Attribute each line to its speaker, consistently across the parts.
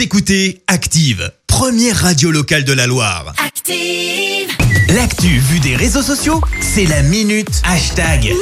Speaker 1: Vous écoutez Active, première radio locale de la Loire.
Speaker 2: Active.
Speaker 1: L'actu vue des réseaux sociaux, c'est la minute hashtag.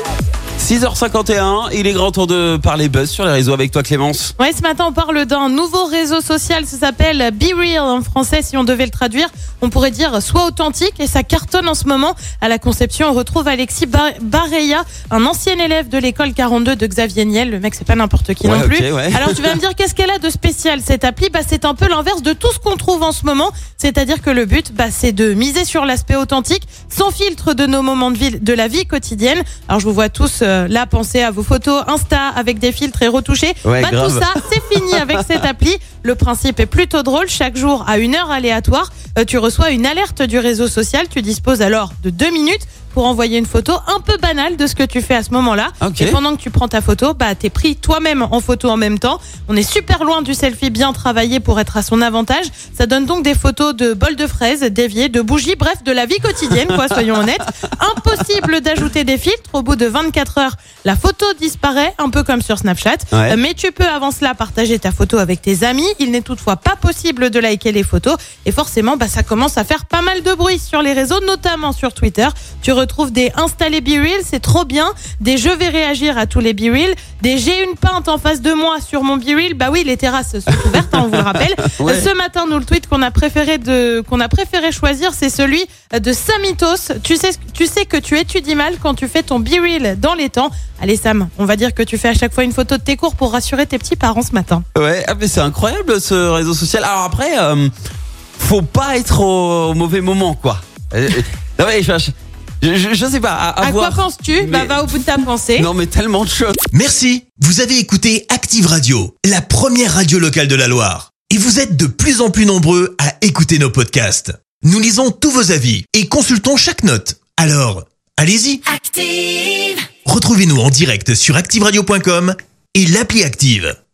Speaker 3: 6h51, il est grand temps de parler buzz sur les réseaux avec toi Clémence.
Speaker 4: Ouais, ce matin on parle d'un nouveau réseau social, ça s'appelle Be Real en français. Si on devait le traduire, on pourrait dire sois authentique, et ça cartonne en ce moment. À la conception, on retrouve Alexis Barreya, un ancien élève de l'école 42 de Xavier Niel. Le mec, c'est pas n'importe qui non plus.
Speaker 3: Okay, ouais.
Speaker 4: Alors tu vas me dire, qu'est-ce qu'elle a de spécial cette appli? C'est un peu l'inverse de tout ce qu'on trouve en ce moment. C'est-à-dire que le but, c'est de miser sur l'aspect authentique, sans filtre de nos moments de la vie quotidienne. Alors je vous vois tous là, pensez à vos photos Insta avec des filtres et retouchés.
Speaker 3: Ouais, grave.
Speaker 4: Tout ça, c'est fini avec cette appli. Le principe est plutôt drôle. Chaque jour, à une heure aléatoire, tu reçois une alerte du réseau social. Tu disposes alors de 2 minutes pour envoyer une photo un peu banale de ce que tu fais à ce moment-là.
Speaker 3: Okay.
Speaker 4: Et pendant que tu prends ta photo, t'es pris toi-même en photo en même temps. On est super loin du selfie bien travaillé pour être à son avantage. Ça donne donc des photos de bols de fraises, d'évier, de bougies, bref, de la vie quotidienne, soyons honnêtes. Impossible d'ajouter des filtres. Au bout de 24 heures, la photo disparaît, un peu comme sur Snapchat.
Speaker 3: Ouais.
Speaker 4: Mais tu peux avant cela partager ta photo avec tes amis. Il n'est toutefois pas possible de liker les photos. Et forcément, ça commence à faire pas mal de bruit sur les réseaux, notamment sur Twitter. Tu retrouves des installés Be Real, c'est trop bien. Des je vais réagir à tous les Be Real. Des j'ai une pinte en face de moi sur mon Be Real. Oui, les terrasses sont ouvertes, on vous le rappelle.
Speaker 3: Ouais.
Speaker 4: Ce matin, nous, le tweet qu'on a préféré choisir, c'est celui de Samitos. Tu sais que tu étudies mal quand tu fais ton Be Real dans les temps. Allez Sam, on va dire que tu fais à chaque fois une photo de tes cours pour rassurer tes petits parents ce matin.
Speaker 3: Ouais, mais c'est incroyable ce réseau social. Alors après, faut pas être au mauvais moment, quoi. Non mais je sais pas.
Speaker 4: À quoi penses-tu?
Speaker 3: Mais...
Speaker 4: Va au bout de ta pensée.
Speaker 3: Non mais tellement de choses.
Speaker 1: Merci, vous avez écouté Active Radio, la première radio locale de la Loire. Et vous êtes de plus en plus nombreux à écouter nos podcasts. Nous lisons tous vos avis et consultons chaque note. Alors, allez-y,
Speaker 2: Active.
Speaker 1: retrouvez-nous en direct sur activeradio.com et l'appli Active.